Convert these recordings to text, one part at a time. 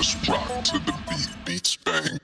Just rock to the beat, beats bang.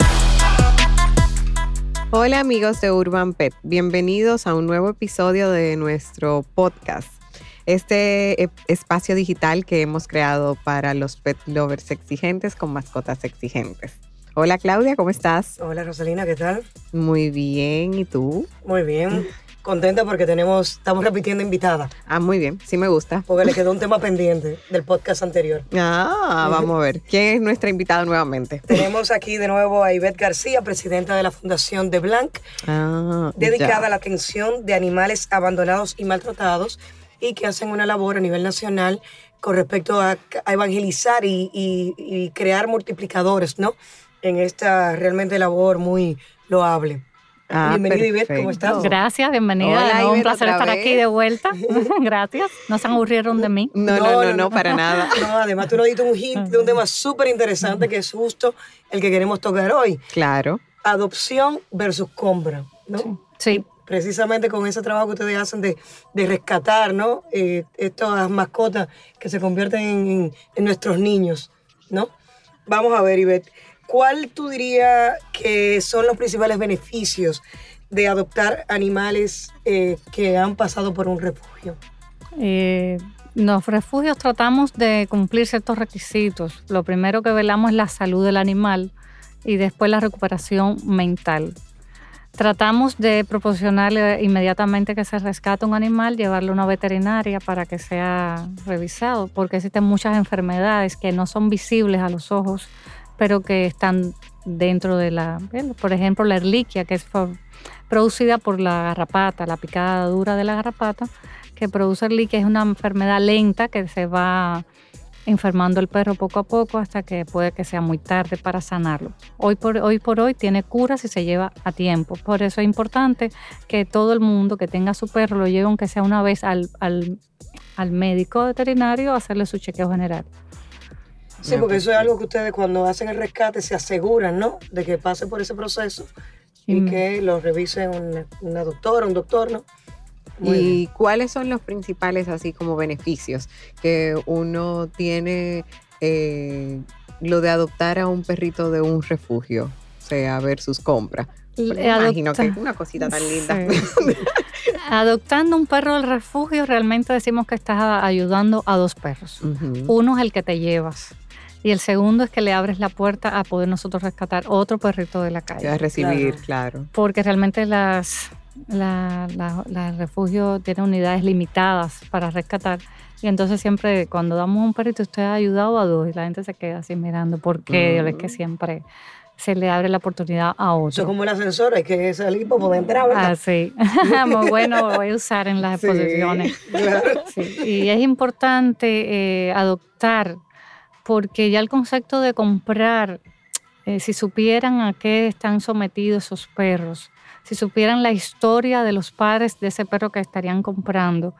Hola amigos de Urban Pet, bienvenidos a un nuevo episodio de nuestro podcast. Este espacio digital que hemos creado para los pet lovers exigentes con mascotas exigentes. Hola Claudia, ¿cómo estás? Hola Rosalina, ¿qué tal? Muy bien, ¿y tú? Muy bien, contenta porque estamos repitiendo invitada. Ah, muy bien, sí me gusta. Porque le quedó un tema pendiente del podcast anterior. Vamos a ver, ¿quién es nuestra invitada nuevamente? Tenemos aquí de nuevo a Ivette García, presidenta de la Fundación de Blanc, dedicada a la atención de animales abandonados y maltratados y que hacen una labor a nivel nacional con respecto a evangelizar y crear multiplicadores, ¿no? En esta realmente labor muy loable. Bienvenida, Ivette, ¿cómo estás? Gracias, bienvenida. Hola, Un Ivette, placer estar aquí de vuelta. Gracias. No se aburrieron de mí. No, para nada. No, además tú nos diste un hint de un tema súper interesante que es justo el que queremos tocar hoy. Claro. Adopción versus compra, ¿no? Sí. Precisamente con ese trabajo que ustedes hacen de rescatar, ¿no? Estas mascotas que se convierten en nuestros niños, ¿no? Vamos a ver, Ivette, ¿cuál tú dirías que son los principales beneficios de adoptar animales que han pasado por un refugio? Los refugios tratamos de cumplir ciertos requisitos. Lo primero que velamos es la salud del animal y después la recuperación mental. Tratamos de proporcionarle inmediatamente que se rescate un animal, llevarlo a una veterinaria para que sea revisado, porque existen muchas enfermedades que no son visibles a los ojos, pero que están dentro de por ejemplo, la erliquia, que es producida por la garrapata, la picadura de la garrapata, que produce erliquia, es una enfermedad lenta que se va enfermando el perro poco a poco hasta que puede que sea muy tarde para sanarlo. Hoy por hoy tiene curas y se lleva a tiempo. Por eso es importante que todo el mundo que tenga su perro lo lleve aunque sea una vez al médico veterinario a hacerle su chequeo general. Sí, porque eso es algo que ustedes cuando hacen el rescate se aseguran, ¿no? De que pase por ese proceso y que lo revise una doctora, un doctor, ¿no? ¿Y cuáles son los principales así como beneficios que uno tiene lo de adoptar a un perrito de un refugio, o sea, versus compra? Imagino que es una cosita tan linda. Sí. Adoptando un perro del refugio realmente decimos que estás ayudando a dos perros. Uh-huh. Uno es el que te llevas y el segundo es que le abres la puerta a poder nosotros rescatar otro perrito de la calle. A recibir, claro. Porque realmente la refugio tiene unidades limitadas para rescatar y entonces siempre cuando damos un perrito usted ha ayudado a dos y la gente se queda así mirando porque es que siempre se le abre la oportunidad a otro. Eso es como el ascensor, hay que salir para poder entrar, ¿verdad? Ah, sí. Muy bueno, lo voy a usar en las exposiciones. Claro. Sí. Y es importante adoptar porque ya el concepto de comprar, si supieran a qué están sometidos esos perros, si supieran la historia de los padres de ese perro que estarían comprando,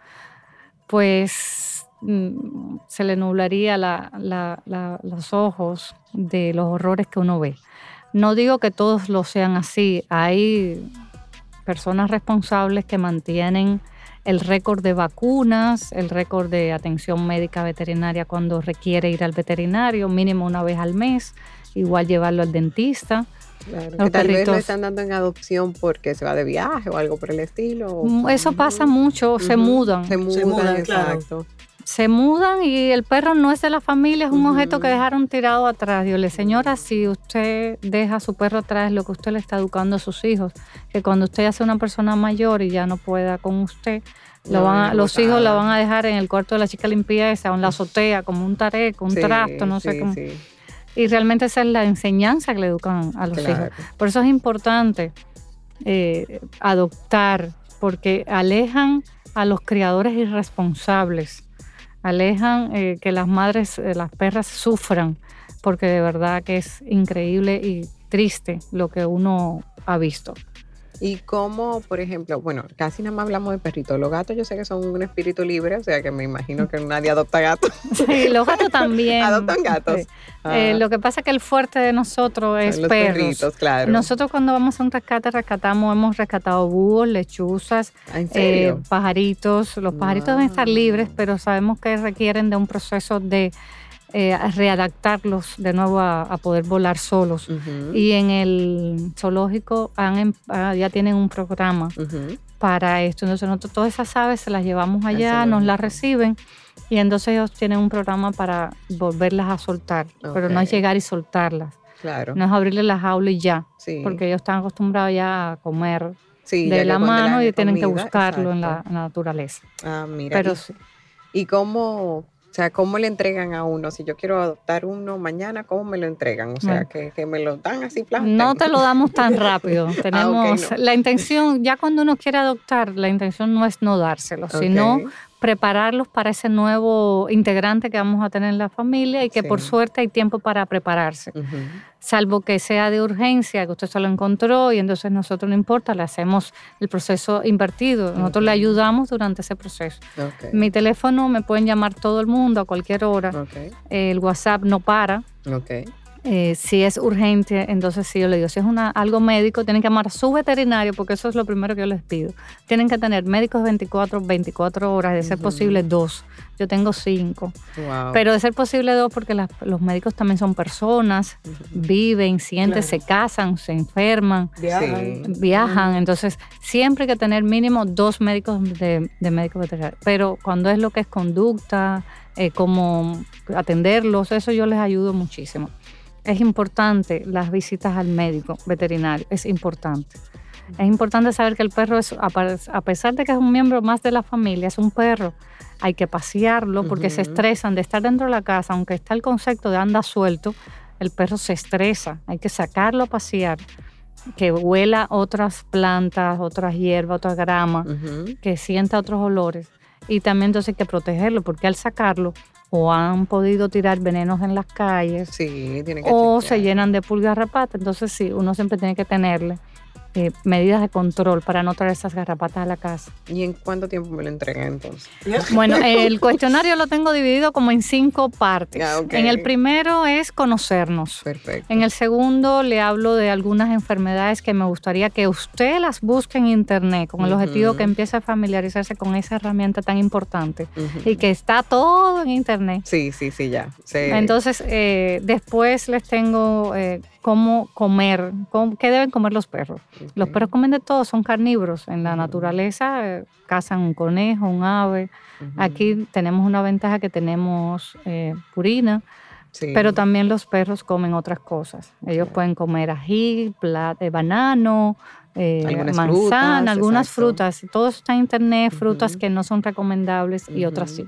pues se le nublaría los ojos de los horrores que uno ve. No digo que todos lo sean así. Hay personas responsables que mantienen el récord de vacunas, el récord de atención médica veterinaria cuando requiere ir al veterinario, mínimo una vez al mes, igual llevarlo al dentista. Claro, que tal vez lo están dando en adopción porque se va de viaje o algo por el estilo. Eso pasa mucho, se mudan. Se mudan, claro. Exacto. Se mudan y el perro no es de la familia, es un objeto que dejaron tirado atrás. Dile, señora, si usted deja a su perro atrás, es lo que usted le está educando a sus hijos. Que cuando usted ya sea una persona mayor y ya no pueda con usted, los hijos la van a dejar en el cuarto de la chica limpieza o en la azotea como un tareco, un trasto, no sé cómo. Sí. Y realmente esa es la enseñanza que le educan a los hijos. Por eso es importante adoptar, porque alejan a los criadores irresponsables, alejan que las madres, las perras sufran, porque de verdad que es increíble y triste lo que uno ha visto. Y cómo, por ejemplo, bueno, casi nada más hablamos de perritos. Los gatos yo sé que son un espíritu libre, o sea que me imagino que nadie adopta gatos. Sí, los gatos también. ¿Adoptan gatos? Sí. Lo que pasa es que el fuerte de nosotros es los perros. Perritos, claro. Nosotros cuando vamos a un rescate hemos rescatado búhos, lechuzas, ¿En serio? pajaritos. Los pajaritos deben estar libres, pero sabemos que requieren de un proceso de readaptarlos de nuevo a poder volar solos. Y en el zoológico ya tienen un programa para esto. Entonces nosotros todas esas aves se las llevamos allá, nos las reciben y entonces ellos tienen un programa para volverlas a soltar, pero no es llegar y soltarlas. Claro. No es abrirle la jaula y ya, porque ellos están acostumbrados ya a comer de la mano y tienen que buscarlo en la naturaleza. Mira. Pero ¿Y cómo le entregan a uno? Si yo quiero adoptar uno mañana, ¿cómo me lo entregan? O sea, que me lo dan así planta. No te lo damos tan rápido. Tenemos la intención, ya cuando uno quiere adoptar, la intención no es no dárselo, sino prepararlos para ese nuevo integrante que vamos a tener en la familia y que por suerte hay tiempo para prepararse. Salvo que sea de urgencia, que usted se lo encontró y entonces nosotros no importa, le hacemos el proceso invertido. Nosotros le ayudamos durante ese proceso. Mi teléfono me pueden llamar todo el mundo a cualquier hora. El WhatsApp no para. Si es urgente, entonces sí, yo le digo, si es algo médico, tienen que llamar a su veterinario, porque eso es lo primero que yo les pido. Tienen que tener médicos 24 horas, de ser posible 2. Yo tengo 5. Pero de ser posible 2, porque los médicos también son personas, viven, sienten, se casan, se enferman, viajan. Entonces, siempre hay que tener mínimo 2 médicos de médicos veterinarios. Pero cuando es lo que es conducta, cómo atenderlos, eso yo les ayudo muchísimo. Es importante las visitas al médico veterinario, es importante. Es importante saber que el perro es, a pesar de que es un miembro más de la familia, es un perro. Hay que pasearlo porque se estresan de estar dentro de la casa, aunque está el concepto de anda suelto, el perro se estresa. Hay que sacarlo a pasear, que huela otras plantas, otras hierbas, otra grama, que sienta otros olores. Y también entonces hay que protegerlo porque al sacarlo, o han podido tirar venenos en las calles, o se llenan de pulgas garrapatas. Entonces sí, uno siempre tiene que tenerle medidas de control para no traer esas garrapatas a la casa. ¿Y en cuánto tiempo me lo entregan entonces? Bueno, el cuestionario lo tengo dividido como en 5 partes. En el primero es conocernos. Perfecto. En el segundo le hablo de algunas enfermedades que me gustaría que usted las busque en internet, con el objetivo que empiece a familiarizarse con esa herramienta tan importante y que está todo en internet. Sí, ya. Entonces, después les tengo cómo comer, qué deben comer los perros. Los perros comen de todo, son carnívoros. En la naturaleza cazan un conejo, un ave. Aquí tenemos una ventaja que tenemos purina, pero también los perros comen otras cosas. Ellos pueden comer ají, banano, manzana, algunas frutas. Todo eso está en internet, frutas que no son recomendables y otras sí.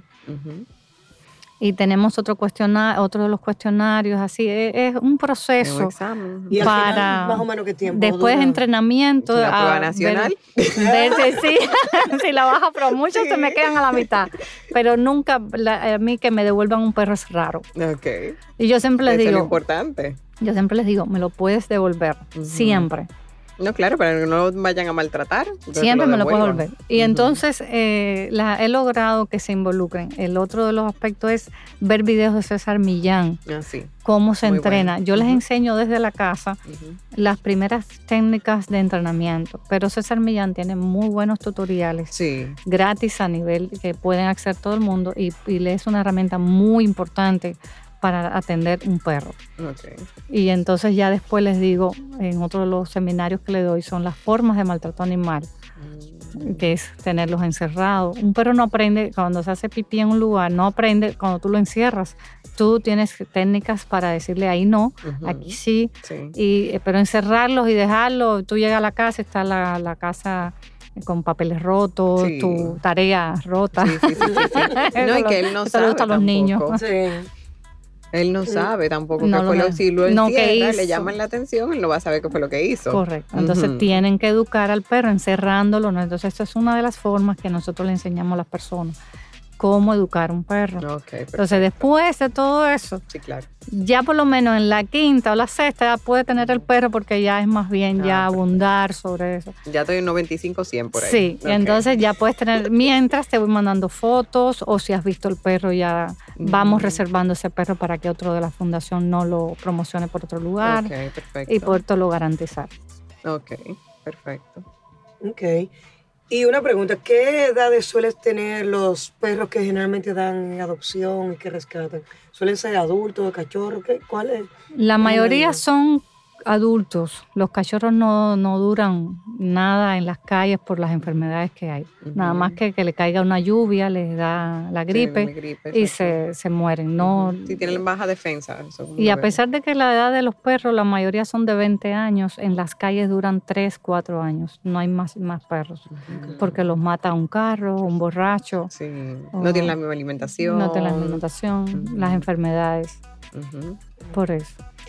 Y tenemos otro de los cuestionarios, así, es un proceso ¿Y al para final, más o menos qué tiempo después de entrenamiento. ¿La prueba nacional? Si la baja, pero muchos se me quedan a la mitad. Pero nunca, a mí que me devuelvan un perro es raro. Y yo siempre les digo, es lo importante. Yo siempre les digo, me lo puedes devolver, siempre. No, claro, para que no lo vayan a maltratar. Siempre me lo puedo volver. Y entonces he logrado que se involucren. El otro de los aspectos es ver videos de César Millán. Cómo se entrena. Yo les enseño desde la casa las primeras técnicas de entrenamiento. Pero César Millán tiene muy buenos tutoriales gratis a nivel que pueden acceder todo el mundo y le es una herramienta muy importante para atender un perro. Y entonces ya después les digo, en otro de los seminarios que le doy, son las formas de maltrato animal, que es tenerlos encerrados. Un perro no aprende, cuando se hace pipí en un lugar, no aprende cuando tú lo encierras. Tú tienes técnicas para decirle ahí no, aquí sí. Pero encerrarlos y dejarlos, tú llegas a la casa, está la casa con papeles rotos, tu tarea rota. No, y que él no sabe a los niños. Él no sabe tampoco qué fue si lo encierra, le llaman la atención, él no va a saber qué fue lo que hizo. Correcto. Entonces tienen que educar al perro encerrándolo, ¿no? Entonces esto es una de las formas que nosotros le enseñamos a las personas. Cómo educar un perro. Entonces después de todo eso, ya por lo menos en la quinta o la sexta ya puede tener el perro porque ya es más bien ya abundar sobre eso. Ya estoy en 95-100 por ahí. Sí, entonces ya puedes tener, mientras te voy mandando fotos o si has visto el perro ya vamos reservando ese perro para que otro de la fundación no lo promocione por otro lugar y podértelo garantizar. Perfecto. Y una pregunta, ¿qué edades suelen tener los perros que generalmente dan en adopción y que rescatan? ¿Suelen ser adultos, cachorros? ¿Cuál es? La mayoría son adultos. Los cachorros no duran nada en las calles por las enfermedades que hay. Nada más que le caiga una lluvia, les da la gripe, y se mueren. No, sí, tienen baja defensa. Y a pesar de que la edad de los perros, la mayoría son de 20 años, en las calles duran 3, 4 años. No hay más perros. Porque los mata un carro, un borracho. Sí. No tienen la misma alimentación. No tienen la misma alimentación, las enfermedades. Por eso.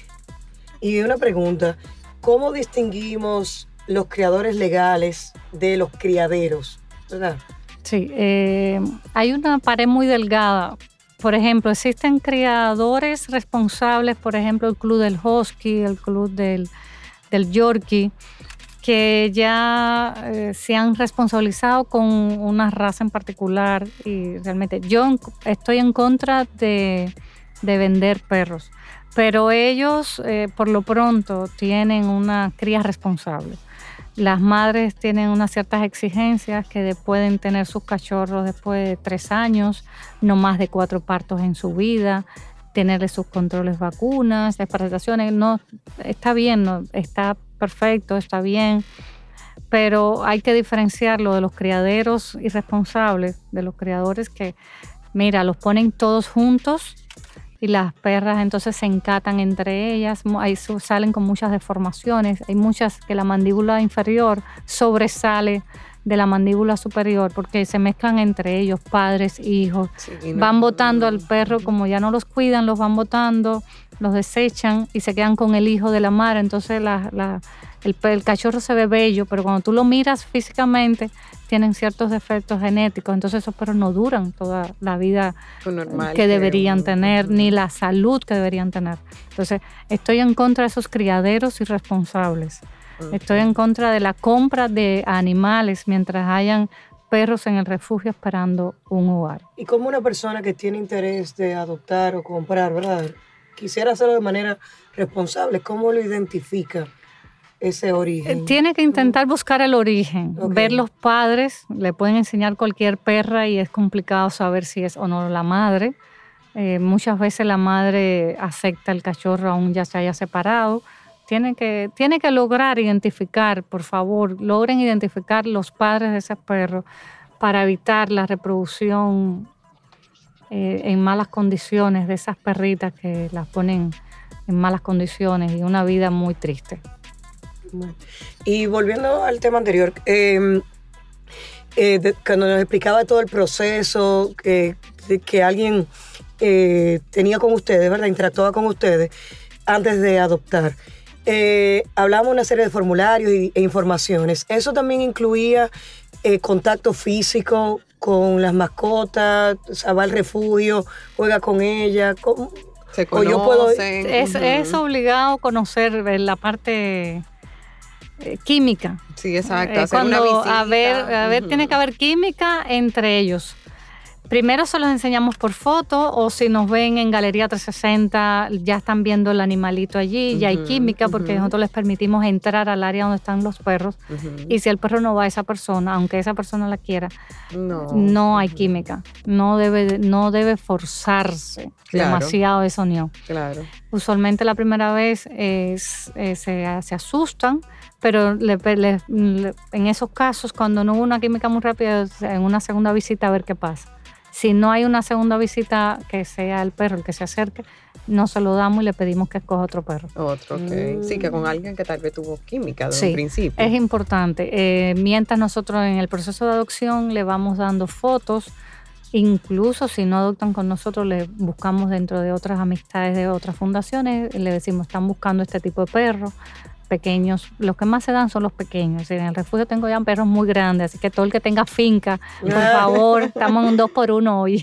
Y una pregunta, ¿cómo distinguimos los criadores legales de los criaderos? ¿Verdad? Sí, hay una pared muy delgada. Por ejemplo, existen criadores responsables, por ejemplo, el club del husky, el club del yorkie, que ya se han responsabilizado con una raza en particular. Y realmente yo estoy en contra de vender perros. Pero ellos, por lo pronto, tienen una cría responsable. Las madres tienen unas ciertas exigencias que pueden tener sus cachorros después de 3 años, no más de 4 partos en su vida, tenerle sus controles, vacunas, desparasitaciones. No, está bien, no, está perfecto, está bien, pero hay que diferenciarlo de los criaderos irresponsables, de los criadores que, mira, los ponen todos juntos y las perras entonces se encatan entre ellas, ahí salen con muchas deformaciones, hay muchas que la mandíbula inferior sobresale de la mandíbula superior porque se mezclan entre ellos, padres, hijos, van botando al perro, como ya no los cuidan, los van botando, los desechan y se quedan con el hijo de la madre, entonces el cachorro se ve bello, pero cuando tú lo miras físicamente tienen ciertos defectos genéticos, entonces esos perros no duran toda la vida que deberían tener, ni la salud que deberían tener. Entonces, estoy en contra de esos criaderos irresponsables. Estoy en contra de la compra de animales mientras hayan perros en el refugio esperando un hogar. Y como una persona que tiene interés de adoptar o comprar, ¿verdad? Quisiera hacerlo de manera responsable, ¿cómo lo identifica? Ese origen. Tiene que intentar buscar el origen, ver los padres, le pueden enseñar cualquier perra y es complicado saber si es o no la madre. Muchas veces la madre acepta el cachorro aún ya se haya separado. Tiene que lograr identificar, por favor, logren identificar los padres de ese perro para evitar la reproducción en malas condiciones de esas perritas que las ponen en malas condiciones y una vida muy triste. Y volviendo al tema anterior, cuando nos explicaba todo el proceso que alguien tenía con ustedes, ¿verdad? Interactuaba con ustedes antes de adoptar. Hablamos de una serie de formularios e informaciones. ¿Eso también incluía contacto físico con las mascotas? O sea, va al refugio, juega con ella. Se conocen. Es obligado conocer la parte química. Sí, exacto. Hacer una visita. A ver, tiene que haber química entre ellos. Primero se los enseñamos por foto o si nos ven en Galería 360 ya están viendo el animalito allí, ya hay química porque nosotros les permitimos entrar al área donde están los perros y si el perro no va a esa persona, aunque esa persona la quiera, no hay química, no debe forzarse demasiado esa unión. Claro. Usualmente la primera vez se asustan, pero en esos casos cuando no hubo una química muy rápida, en una segunda visita a ver qué pasa. Si no hay una segunda visita que sea el perro el que se acerque, no se lo damos y le pedimos que escoja otro perro. Otro, ok. Sí, que con alguien que tal vez tuvo química desde un principio. Es importante. Mientras nosotros en el proceso de adopción le vamos dando fotos, incluso si no adoptan con nosotros, le buscamos dentro de otras amistades de otras fundaciones, le decimos, están buscando este tipo de perro. Pequeños, los que más se dan son los pequeños. En el refugio tengo ya perros muy grandes, así que todo el que tenga finca, por favor, estamos en un 2x1 hoy.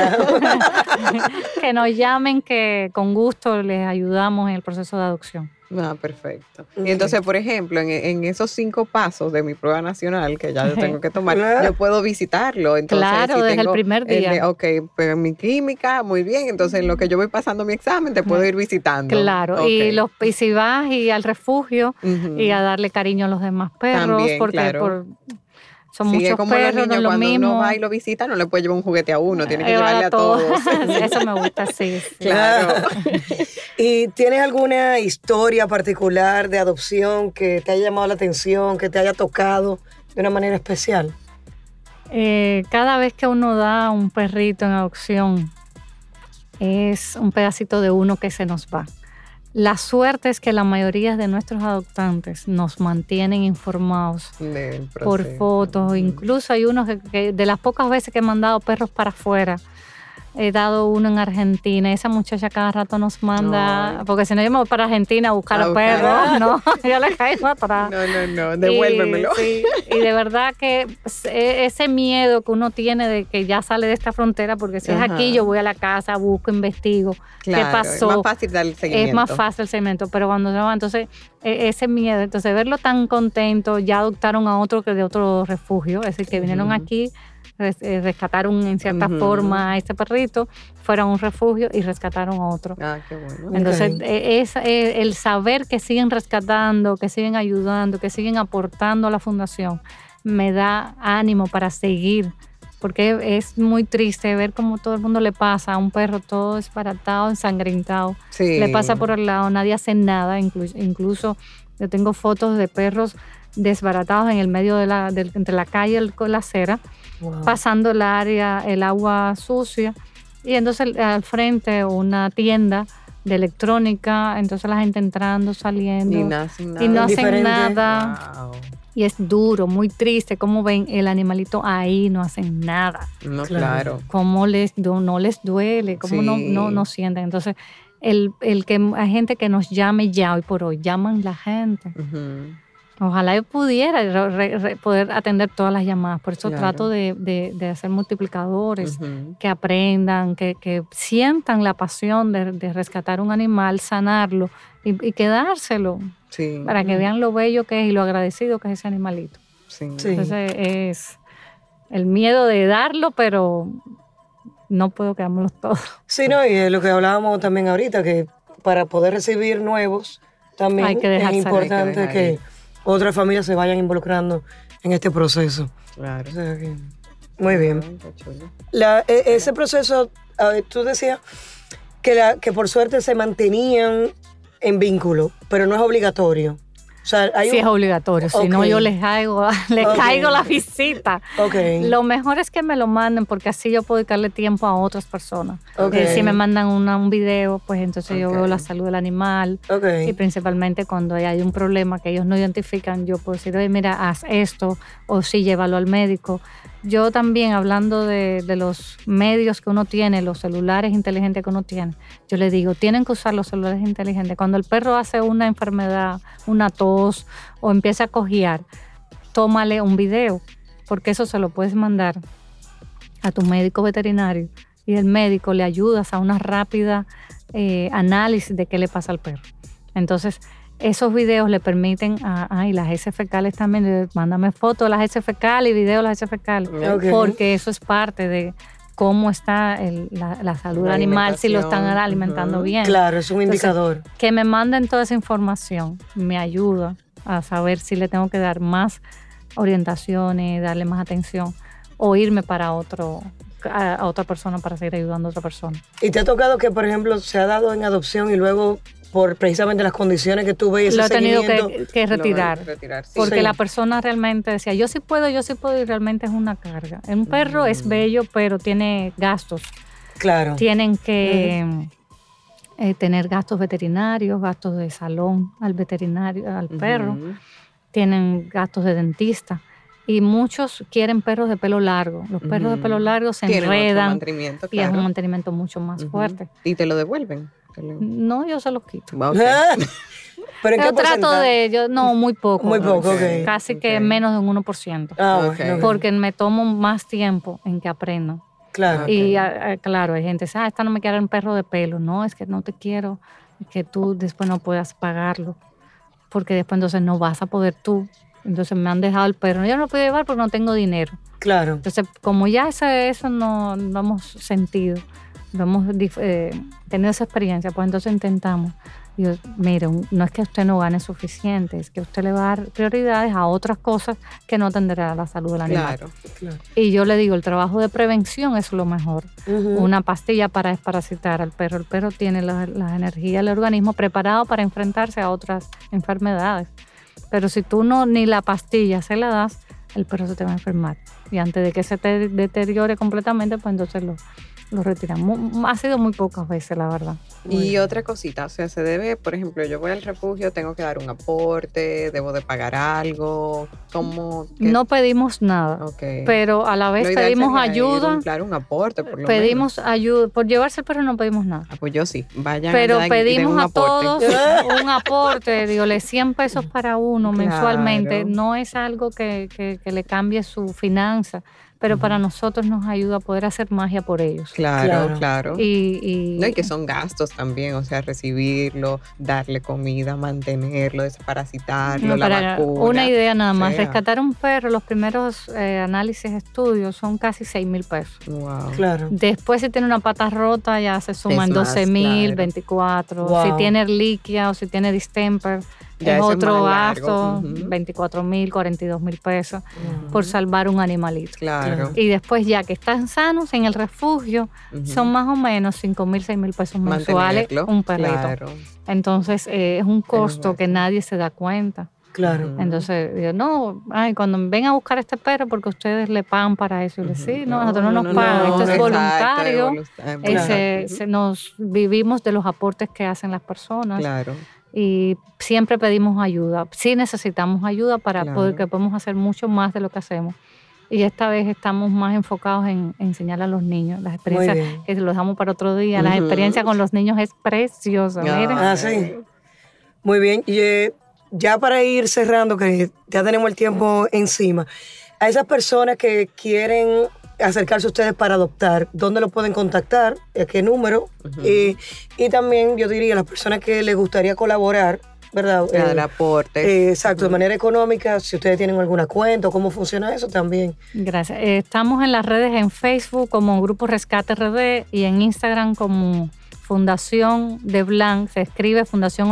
Que nos llamen, que con gusto les ayudamos en el proceso de adopción. Perfecto. Y entonces, por ejemplo, en esos 5 pasos de mi prueba nacional que ya yo tengo que tomar, yo puedo visitarlo. Entonces, claro, si desde tengo el primer día. Pero mi química, muy bien. Entonces, en lo que yo voy pasando mi examen, te puedo ir visitando. Claro, y si vas y al refugio y a darle cariño a los demás perros, también, porque claro. Son muchos como perros, los niños, no es lo cuando mismo. uno va y lo visita, no le puede llevar un juguete a uno, tiene que llevarle a todos. Eso me gusta, sí. Claro. ¿Y tienes alguna historia particular de adopción que te haya llamado la atención, que te haya tocado de una manera especial? Cada vez que uno da un perrito en adopción, es un pedacito de uno que se nos va. La suerte es que la mayoría de nuestros adoptantes nos mantienen informados por fotos. Incluso hay unos que de las pocas veces que he mandado perros para afuera, he dado uno en Argentina. Esa muchacha cada rato nos manda, porque si no yo me voy para Argentina a buscar a los perros, no, yo le caigo atrás. No, devuélvemelo. Y de verdad que ese miedo que uno tiene de que ya sale de esta frontera, porque si es aquí, yo voy a la casa, busco, investigo, qué pasó. Es más fácil dar el seguimiento. Es más fácil el seguimiento, pero cuando se va, entonces ese miedo, entonces verlo tan contento, ya adoptaron a otro que de otro refugio, es decir, que vinieron aquí, rescataron en cierta forma a este perrito, fueron a un refugio y rescataron a otro. Qué bueno. Entonces, el saber que siguen rescatando, que siguen ayudando, que siguen aportando a la fundación, me da ánimo para seguir, porque es muy triste ver cómo todo el mundo le pasa a un perro todo desbaratado, ensangrentado. Sí. Le pasa por el lado, nadie hace nada, incluso yo tengo fotos de perros desbaratados en el medio entre la calle y la acera, pasando el área, el agua sucia, y entonces al frente una tienda de electrónica, entonces la gente entrando, saliendo, y no hacen nada. Wow. Y es duro, muy triste, cómo ven el animalito ahí, no hacen nada. No, claro. Cómo no les duele, cómo no sienten. Entonces, el que hay gente que nos llame ya hoy por hoy, llaman la gente. Ojalá yo pudiera poder atender todas las llamadas. Por eso trato de hacer multiplicadores, que aprendan, que sientan la pasión de rescatar un animal, sanarlo y quedárselo. Sí. Para que vean lo bello que es y lo agradecido que es ese animalito. Sí. Entonces es el miedo de darlo, pero no puedo quedármelos todos. Sí, no, y lo que hablábamos también ahorita, que para poder recibir nuevos también es importante que otras familias se vayan involucrando en este proceso. Claro. O sea que, muy bien. Ese proceso, tú decías que por suerte se mantenían en vínculo, pero no es obligatorio. O sea, sí es obligatorio, si no yo les caigo la visita. Lo mejor es que me lo manden, porque así yo puedo dedicarle tiempo a otras personas. Si me mandan un video, pues entonces yo veo la salud del animal. Y principalmente cuando hay un problema que ellos no identifican, yo puedo decir, oye, mira, haz esto, o sí, llévalo al médico. Yo también, hablando de los medios que uno tiene, los celulares inteligentes que uno tiene, yo le digo, tienen que usar los celulares inteligentes. Cuando el perro hace una enfermedad, una tos o empieza a cojear, tómale un video, porque eso se lo puedes mandar a tu médico veterinario y el médico le ayudas a una rápida análisis de qué le pasa al perro. Entonces, esos videos le permiten y las heces fecales también, mándame fotos de las heces fecales y videos de las heces fecales, porque eso es parte de cómo está la salud del animal, si lo están alimentando bien. Claro, es un indicador. Entonces, que me manden toda esa información me ayuda a saber si le tengo que dar más orientaciones, darle más atención o irme para a otra persona para seguir ayudando a otra persona. ¿Y te ha tocado que, por ejemplo, se ha dado en adopción y luego por precisamente las condiciones que tú ves, lo he tenido que retirar, sí. Porque la persona realmente decía, yo sí puedo, y realmente es una carga. Un perro es bello, pero tiene gastos. Claro. Tienen que tener gastos veterinarios, gastos de salón al veterinario, al perro. Tienen gastos de dentista. Y muchos quieren perros de pelo largo. Los perros de pelo largo se enredan y es un mantenimiento mucho más fuerte. ¿Y te lo devuelven? No, yo se los quito. ¿Pero en qué trato muy poco. Muy poco, Casi que menos de un 1%. Porque me tomo más tiempo en que aprendo. Claro. Y claro, hay gente que dice, esta no me quiere un perro de pelo. No, es que no te quiero, que tú después no puedas pagarlo. Porque después entonces no vas a poder tú. Entonces me han dejado el perro. Yo no lo puedo llevar porque no tengo dinero. Claro. Entonces, como ya eso no hemos sentido, no hemos tenido esa experiencia, pues entonces intentamos Digo, mire, no es que usted no gane suficiente, es que usted le va a dar prioridades a otras cosas que no atenderá a la salud del animal. Claro. Y yo le digo, el trabajo de prevención es lo mejor. Una pastilla para desparasitar al perro. El perro tiene la energía del organismo preparado para enfrentarse a otras enfermedades. Pero si tú ni la pastilla se la das, el perro se te va a enfermar. Y antes de que se te deteriore completamente, pues entonces lo retiramos. Ha sido muy pocas veces, la verdad. Y otra cosita, o sea, se debe, por ejemplo, yo voy al refugio, tengo que dar un aporte, debo de pagar algo, ¿cómo? No pedimos nada, pero a la vez pedimos ayuda. Claro, un aporte, por lo pedimos ayuda, por llevarse el perro no pedimos nada. Pues yo sí, vayan. Pero pedimos a todos un aporte, digo, 100 pesos para uno mensualmente, no es algo que le cambie su finanza. Pero para nosotros nos ayuda a poder hacer magia por ellos. Claro. Y que son gastos también, o sea, recibirlo, darle comida, mantenerlo, desparasitarlo, la vacuna. Una idea nada más, rescatar un perro, los primeros análisis, estudios, son casi 6,000 pesos. Wow. Claro. Después, si tiene una pata rota, ya se suman 12,000, 24. Wow. Si tiene erliquia o si tiene distemper, ya es otro gasto, 24,000, 42,000 pesos por salvar un animalito. Claro. Y después, ya que están sanos en el refugio, son más o menos 5,000, 6,000 pesos mensuales un perrito. Claro. Entonces, es un costo que nadie se da cuenta. Claro. Entonces, digo, cuando ven a buscar a este perro, porque ustedes le pagan para eso. Y les sí, nosotros no nos pagan, esto es voluntario. Nos vivimos de los aportes que hacen las personas. Claro. Y siempre pedimos ayuda. Sí necesitamos ayuda para poder que podamos hacer mucho más de lo que hacemos. Y esta vez estamos más enfocados en enseñar a los niños. Las experiencias, que se los damos para otro día, las experiencias con los niños es preciosa. Miren. Sí. Muy bien. Y ya para ir cerrando, que ya tenemos el tiempo encima, a esas personas que quieren acercarse a ustedes para adoptar, ¿dónde lo pueden contactar? ¿A qué número? Y también yo diría a las personas que les gustaría colaborar, ¿verdad? El aporte. Exacto, de manera económica, si ustedes tienen alguna cuenta, ¿cómo funciona eso también? Gracias. Estamos en las redes, en Facebook como Grupo Rescate RD y en Instagram como Fundación de Blanc, se escribe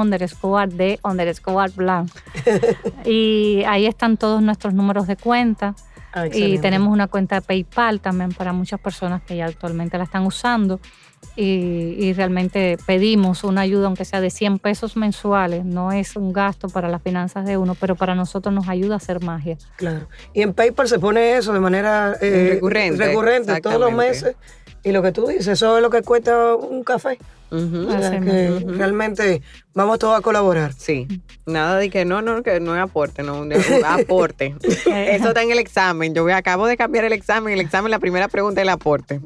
Fundación_de_Blanc. Y ahí están todos nuestros números de cuenta. Y tenemos una cuenta de PayPal también para muchas personas que ya actualmente la están usando. Y realmente pedimos una ayuda, aunque sea de 100 pesos mensuales. No es un gasto para las finanzas de uno, pero para nosotros nos ayuda a hacer magia. Claro. Y en PayPal se pone eso de manera recurrente todos los meses. Y lo que tú dices, eso es lo que cuesta un café. O sea, que realmente vamos todos a colaborar. Sí, nada de que no es aporte, no, aporte. Eso está en el examen. Yo acabo de cambiar el examen. La primera pregunta es el aporte.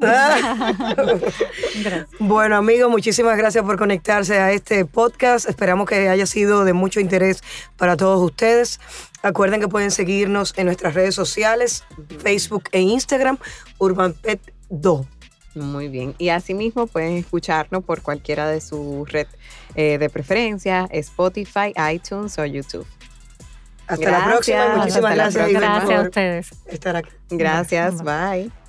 Bueno, amigos, muchísimas gracias por conectarse a este podcast. Esperamos que haya sido de mucho interés para todos ustedes. Acuerden que pueden seguirnos en nuestras redes sociales, Facebook e Instagram, Urban Pet 2. Muy bien. Y asimismo pueden escucharnos por cualquiera de su red de preferencia, Spotify, iTunes o YouTube. Hasta la próxima. Muchísimas gracias. Gracias a ustedes. Estar aquí. Gracias. Bye.